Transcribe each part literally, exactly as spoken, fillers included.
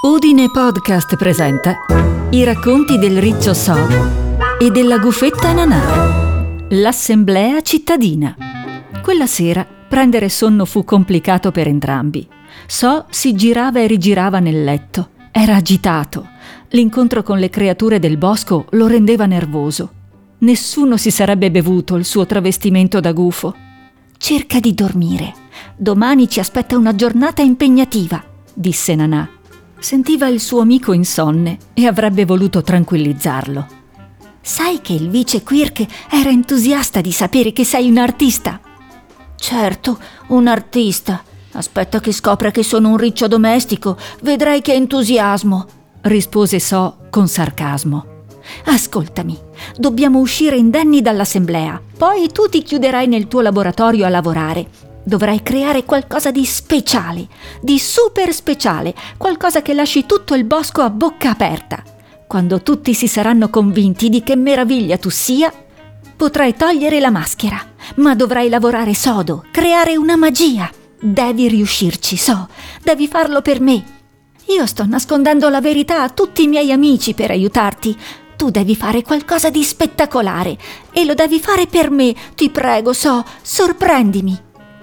Udine Podcast presenta i racconti del Riccio So e della Gufetta Nanà. L'assemblea cittadina. Quella sera prendere sonno fu complicato per entrambi. So si girava e rigirava nel letto. Era agitato. L'incontro con le creature del bosco lo rendeva nervoso. Nessuno si sarebbe bevuto il suo travestimento da gufo. «Cerca di dormire. Domani ci aspetta una giornata impegnativa», disse Nanà. Sentiva il suo amico insonne e avrebbe voluto tranquillizzarlo. «Sai che il vice Quirk era entusiasta di sapere che sei un artista?» «Certo, un artista. Aspetta che scopra che sono un riccio domestico. Vedrai che entusiasmo», rispose So con sarcasmo. «Ascoltami, dobbiamo uscire indenni dall'assemblea. Poi tu ti chiuderai nel tuo laboratorio a lavorare. Dovrai creare qualcosa di speciale, di super speciale, qualcosa che lasci tutto il bosco a bocca aperta. Quando tutti si saranno convinti di che meraviglia tu sia, potrai togliere la maschera, ma dovrai lavorare sodo, creare una magia. Devi riuscirci, So, devi farlo per me. Io sto nascondendo la verità a tutti i miei amici per aiutarti. Tu devi fare qualcosa di spettacolare e lo devi fare per me, ti prego, So, sorprendimi».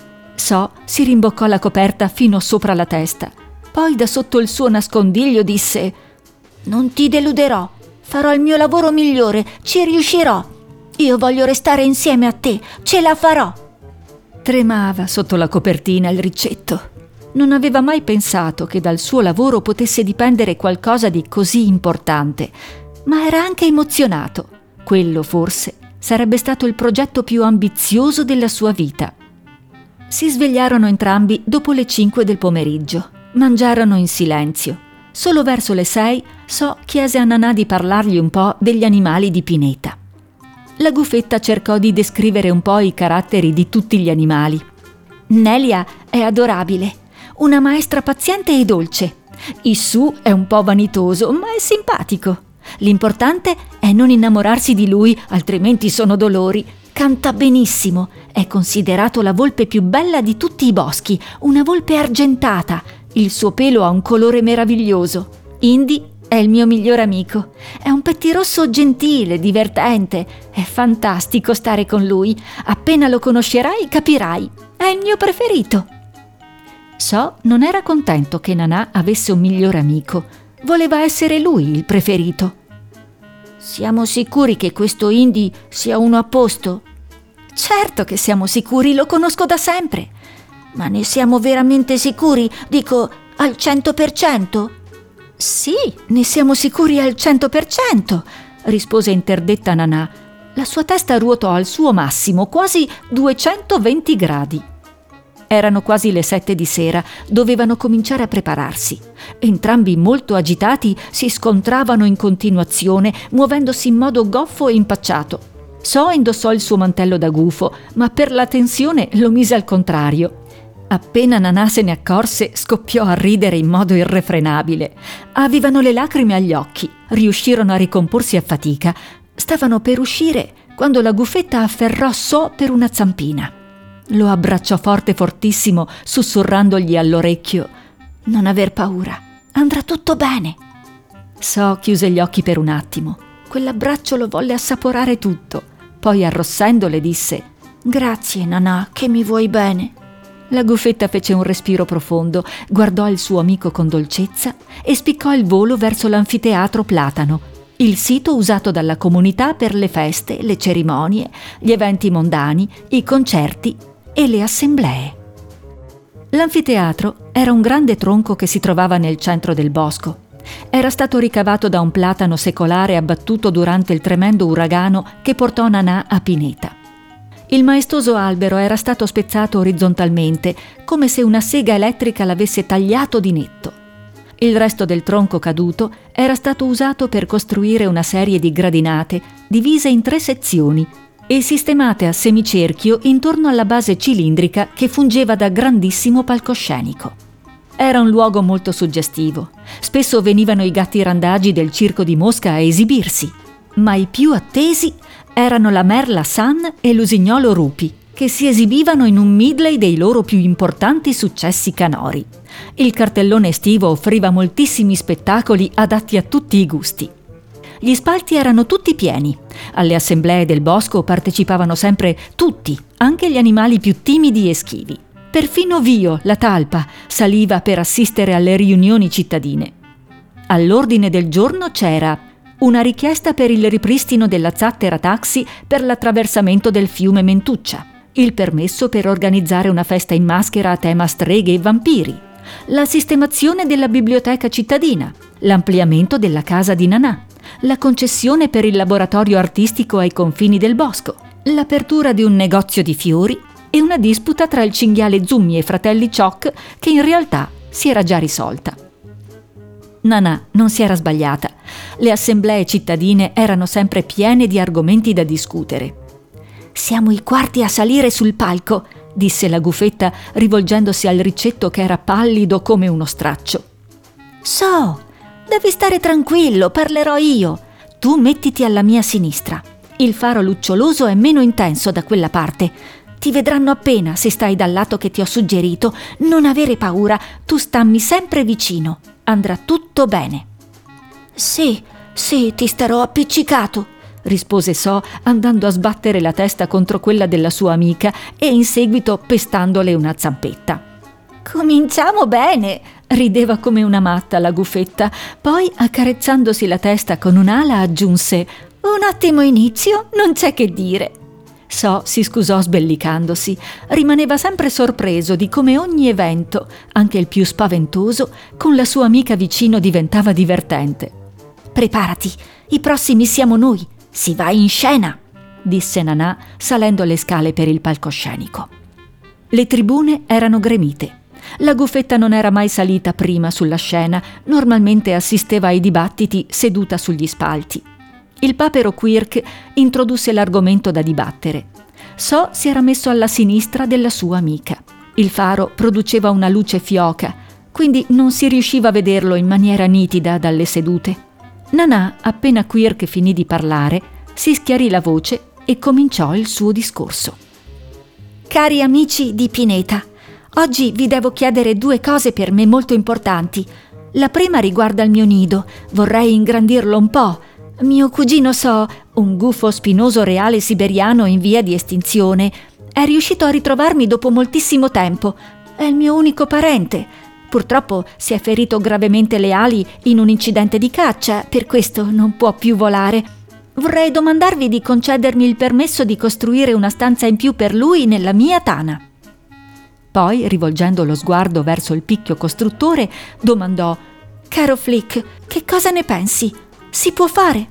So si rimboccò la coperta fino sopra la testa. Poi da sotto il suo nascondiglio disse: «Non ti deluderò, farò il mio lavoro migliore, ci riuscirò. Io voglio restare insieme a te, ce la farò». Tremava sotto la copertina il riccetto. Non aveva mai pensato che dal suo lavoro potesse dipendere qualcosa di così importante, ma era anche emozionato. Quello forse sarebbe stato il progetto più ambizioso della sua vita. Si svegliarono entrambi dopo le cinque del pomeriggio. Mangiarono in silenzio. Solo verso le sei So chiese a Nanà di parlargli un po' degli animali di Pineta. La Gufetta cercò di descrivere un po' i caratteri di tutti gli animali. «Nelia è adorabile, una maestra paziente e dolce. Issù è un po' vanitoso, ma è simpatico. L'importante è non innamorarsi di lui, altrimenti sono dolori. Canta benissimo, è considerato la volpe più bella di tutti i boschi, una volpe argentata. Il suo pelo ha un colore meraviglioso. Indy è il mio migliore amico. È un pettirosso gentile, divertente. È fantastico stare con lui. Appena lo conoscerai capirai. È il mio preferito». So non era contento che Nanà avesse un migliore amico. Voleva essere lui il preferito. «Siamo sicuri che questo Indy sia uno a posto?» «Certo che siamo sicuri, lo conosco da sempre». «Ma ne siamo veramente sicuri? Dico, al cento per cento?» «Sì, ne siamo sicuri al cento per cento», rispose interdetta Nanà. La sua testa ruotò al suo massimo, quasi duecentoventi gradi. Erano quasi le sette di sera, dovevano cominciare a prepararsi. Entrambi molto agitati si scontravano in continuazione, muovendosi in modo goffo e impacciato. So indossò il suo mantello da gufo, ma per la tensione lo mise al contrario. Appena Nanà se ne accorse, scoppiò a ridere in modo irrefrenabile. Avevano le lacrime agli occhi, riuscirono a ricomporsi a fatica. Stavano per uscire quando la Gufetta afferrò So per una zampina. Lo abbracciò forte fortissimo, sussurrandogli all'orecchio: «Non aver paura, andrà tutto bene». So chiuse gli occhi per un attimo. Quell'abbraccio lo volle assaporare tutto. Poi, arrossendo, le disse: «Grazie, Nanà, che mi vuoi bene». La Gufetta fece un respiro profondo, guardò il suo amico con dolcezza e spiccò il volo verso l'anfiteatro Platano, il sito usato dalla comunità per le feste, le cerimonie, gli eventi mondani, i concerti e le assemblee. L'anfiteatro era un grande tronco che si trovava nel centro del bosco. Era stato ricavato da un platano secolare abbattuto durante il tremendo uragano che portò Nanà a Pineta. Il maestoso albero era stato spezzato orizzontalmente, come se una sega elettrica l'avesse tagliato di netto. Il resto del tronco caduto era stato usato per costruire una serie di gradinate divise in tre sezioni e sistemate a semicerchio intorno alla base cilindrica che fungeva da grandissimo palcoscenico. Era un luogo molto suggestivo. Spesso venivano i gatti randagi del circo di Mosca a esibirsi, ma i più attesi erano la merla San e l'usignolo Rupi, che si esibivano in un medley dei loro più importanti successi canori. Il cartellone estivo offriva moltissimi spettacoli adatti a tutti i gusti. Gli spalti erano tutti pieni. Alle assemblee del bosco partecipavano sempre tutti, anche gli animali più timidi e schivi. Perfino Vio, la talpa, saliva per assistere alle riunioni cittadine. All'ordine del giorno c'era una richiesta per il ripristino della zattera taxi per l'attraversamento del fiume Mentuccia, il permesso per organizzare una festa in maschera a tema streghe e vampiri, la sistemazione della biblioteca cittadina, l'ampliamento della casa di Nanà, la concessione per il laboratorio artistico ai confini del bosco, l'apertura di un negozio di fiori e una disputa tra il cinghiale Zummi e fratelli Choc che in realtà si era già risolta. Nanà non si era sbagliata. Le assemblee cittadine erano sempre piene di argomenti da discutere. «Siamo i quarti a salire sul palco», disse la Gufetta rivolgendosi al ricetto che era pallido come uno straccio. «So, devi stare tranquillo, parlerò io. Tu mettiti alla mia sinistra. Il faro luccioloso è meno intenso da quella parte. Ti vedranno appena se stai dal lato che ti ho suggerito. Non avere paura, tu stammi sempre vicino. Andrà tutto bene». «Sì, sì, ti starò appiccicato», rispose So, andando a sbattere la testa contro quella della sua amica e in seguito pestandole una zampetta. «Cominciamo bene», rideva come una matta la Gufetta, poi accarezzandosi la testa con un'ala aggiunse: «Un ottimo inizio, non c'è che dire». So si scusò sbellicandosi. Rimaneva sempre sorpreso di come ogni evento, anche il più spaventoso, con la sua amica vicino diventava divertente. «Preparati, i prossimi siamo noi, si va in scena», disse Nanà salendo le scale per il palcoscenico. Le tribune erano gremite. La Gufetta non era mai salita prima sulla scena, normalmente assisteva ai dibattiti seduta sugli spalti. Il papero Quirk introdusse l'argomento da dibattere. So si era messo alla sinistra della sua amica. Il faro produceva una luce fioca, quindi non si riusciva a vederlo in maniera nitida dalle sedute. Nanà, appena Quirk finì di parlare, si schiarì la voce e cominciò il suo discorso. «Cari amici di Pineta, oggi vi devo chiedere due cose per me molto importanti. La prima riguarda il mio nido, vorrei ingrandirlo un po'. Mio cugino So, un gufo spinoso reale siberiano in via di estinzione, è riuscito a ritrovarmi dopo moltissimo tempo. È il mio unico parente. Purtroppo si è ferito gravemente le ali in un incidente di caccia, per questo non può più volare. Vorrei domandarvi di concedermi il permesso di costruire una stanza in più per lui nella mia tana». Poi, rivolgendo lo sguardo verso il picchio costruttore, domandò: «Caro Flick, che cosa ne pensi? Si può fare?»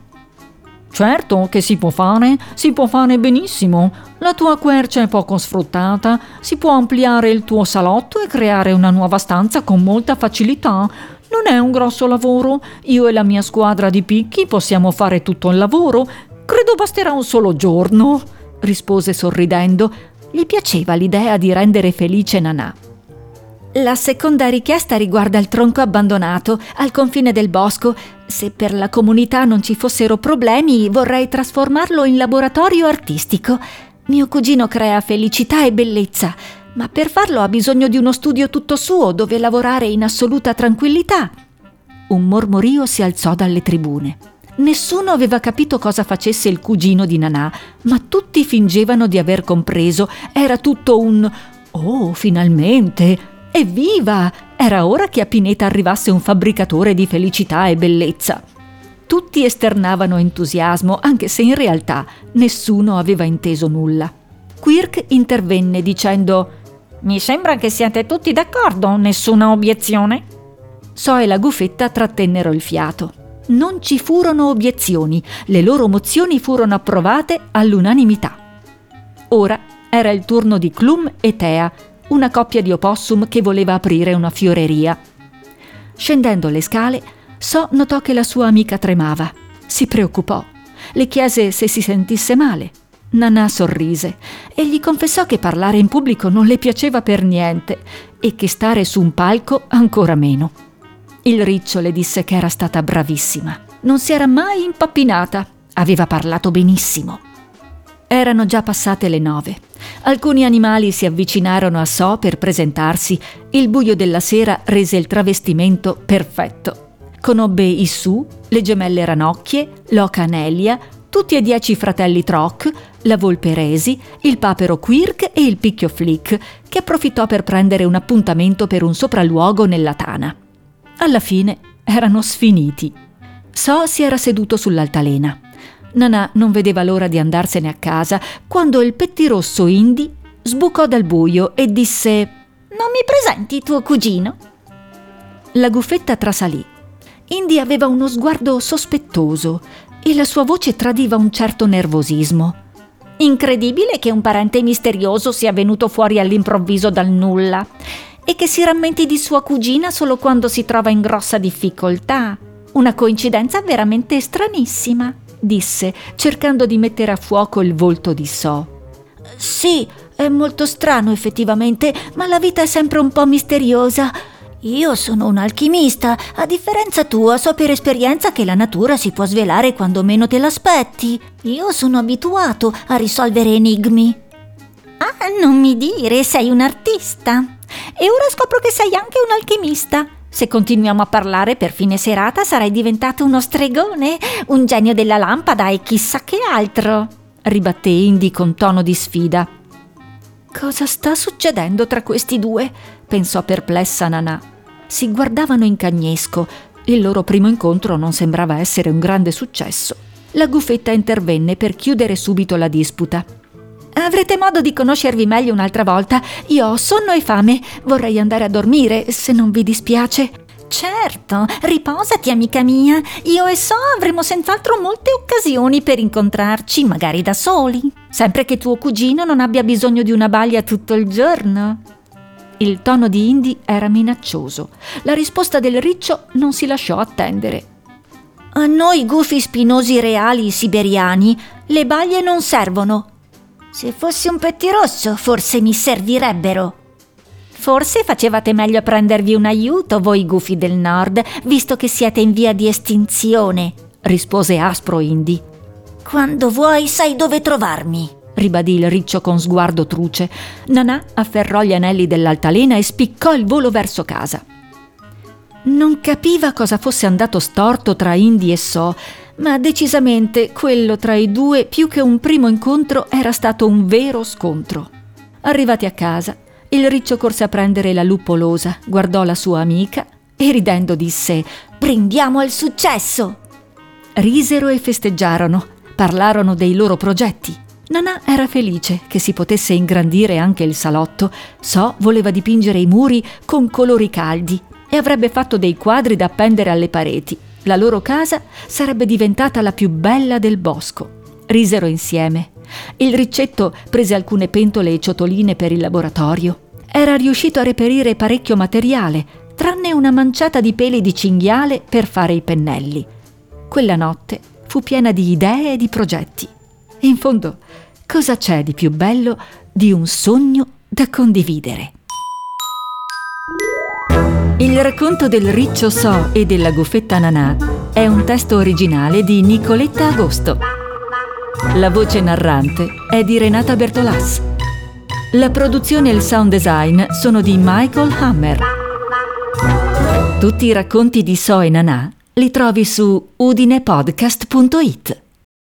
«Certo che si può fare, si può fare benissimo. La tua quercia è poco sfruttata, si può ampliare il tuo salotto e creare una nuova stanza con molta facilità. Non è un grosso lavoro, io e la mia squadra di picchi possiamo fare tutto il lavoro. Credo basterà un solo giorno», rispose sorridendo. Gli piaceva l'idea di rendere felice Nanà. «La seconda richiesta riguarda il tronco abbandonato al confine del bosco. Se per la comunità non ci fossero problemi, vorrei trasformarlo in laboratorio artistico. Mio cugino crea felicità e bellezza, ma per farlo ha bisogno di uno studio tutto suo dove lavorare in assoluta tranquillità». Un mormorio si alzò dalle tribune. Nessuno aveva capito cosa facesse il cugino di Nanà, ma tutti fingevano di aver compreso. Era tutto un «Oh, finalmente! Evviva! Era ora che a Pineta arrivasse un fabbricatore di felicità e bellezza». Tutti esternavano entusiasmo, anche se in realtà nessuno aveva inteso nulla. Quirk intervenne dicendo: «Mi sembra che siate tutti d'accordo, nessuna obiezione?» So e la Gufetta trattennero il fiato. Non ci furono obiezioni, le loro mozioni furono approvate all'unanimità. Ora era il turno di Clum e Thea, una coppia di opossum che voleva aprire una fioreria. Scendendo le scale, So notò che la sua amica tremava. Si preoccupò. Le chiese se si sentisse male. Nanà sorrise e gli confessò che parlare in pubblico non le piaceva per niente e che stare su un palco ancora meno. Il riccio le disse che era stata bravissima. Non si era mai impappinata. Aveva parlato benissimo. Erano già passate le nove. Alcuni animali si avvicinarono a So per presentarsi. Il buio della sera rese il travestimento perfetto. Conobbe i Su, le gemelle ranocchie, l'oca Nelia, tutti e dieci i fratelli Troc, la volpe Resi, il papero Quirk e il picchio Flick, che approfittò per prendere un appuntamento per un sopralluogo nella tana. Alla fine erano sfiniti. So si era seduto sull'altalena. Nanà non vedeva l'ora di andarsene a casa quando il pettirosso Indy sbucò dal buio e disse: «Non mi presenti tuo cugino?» La gufetta trasalì. Indy aveva uno sguardo sospettoso e la sua voce tradiva un certo nervosismo. «Incredibile che un parente misterioso sia venuto fuori all'improvviso dal nulla e che si rammenti di sua cugina solo quando si trova in grossa difficoltà. Una coincidenza veramente stranissima», disse, cercando di mettere a fuoco il volto di So. «Sì, è molto strano effettivamente, ma la vita è sempre un po' misteriosa. Io sono un alchimista, a differenza tua so per esperienza che la natura si può svelare quando meno te l'aspetti. Io sono abituato a risolvere enigmi». «Ah, non mi dire, sei un artista. E ora scopro che sei anche un alchimista. Se continuiamo a parlare per fine serata sarai diventato uno stregone, un genio della lampada e chissà che altro», ribatté Indy con tono di sfida. «Cosa sta succedendo tra questi due?» pensò perplessa Nanà. Si guardavano in cagnesco. Il loro primo incontro non sembrava essere un grande successo. La gufetta intervenne per chiudere subito la disputa. «Avrete modo di conoscervi meglio un'altra volta. Io ho sonno e fame. Vorrei andare a dormire, se non vi dispiace». «Certo, riposati, amica mia. Io e So avremo senz'altro molte occasioni per incontrarci, magari da soli, sempre che tuo cugino non abbia bisogno di una balia tutto il giorno». Il tono di Indy era minaccioso. La risposta del riccio non si lasciò attendere. «A noi gufi spinosi reali siberiani le baglie non servono. Se fossi un pettirosso forse mi servirebbero». «Forse facevate meglio a prendervi un aiuto voi gufi del nord, visto che siete in via di estinzione», rispose aspro Indy. «Quando vuoi sai dove trovarmi», ribadì il riccio con sguardo truce. Nanà afferrò gli anelli dell'altalena e spiccò il volo verso casa. Non capiva cosa fosse andato storto tra Indy e So, ma decisamente quello tra i due, più che un primo incontro, era stato un vero scontro. Arrivati a casa, il riccio corse a prendere la lupolosa, guardò la sua amica e ridendo disse: «Brindiamo al successo!» Risero e festeggiarono, parlarono dei loro progetti. Nanà era felice che si potesse ingrandire anche il salotto. So voleva dipingere i muri con colori caldi e avrebbe fatto dei quadri da appendere alle pareti. La loro casa sarebbe diventata la più bella del bosco. Risero insieme. Il riccetto prese alcune pentole e ciotoline per il laboratorio. Era riuscito a reperire parecchio materiale, tranne una manciata di peli di cinghiale per fare i pennelli. Quella notte fu piena di idee e di progetti. In fondo, cosa c'è di più bello di un sogno da condividere? Il racconto del riccio So e della gufetta Nanà è un testo originale di Nicoletta Agosto. La voce narrante è di Renata Bertolas. La produzione e il sound design sono di Michael Hammer. Tutti i racconti di So e Nanà li trovi su udinepodcast punto it.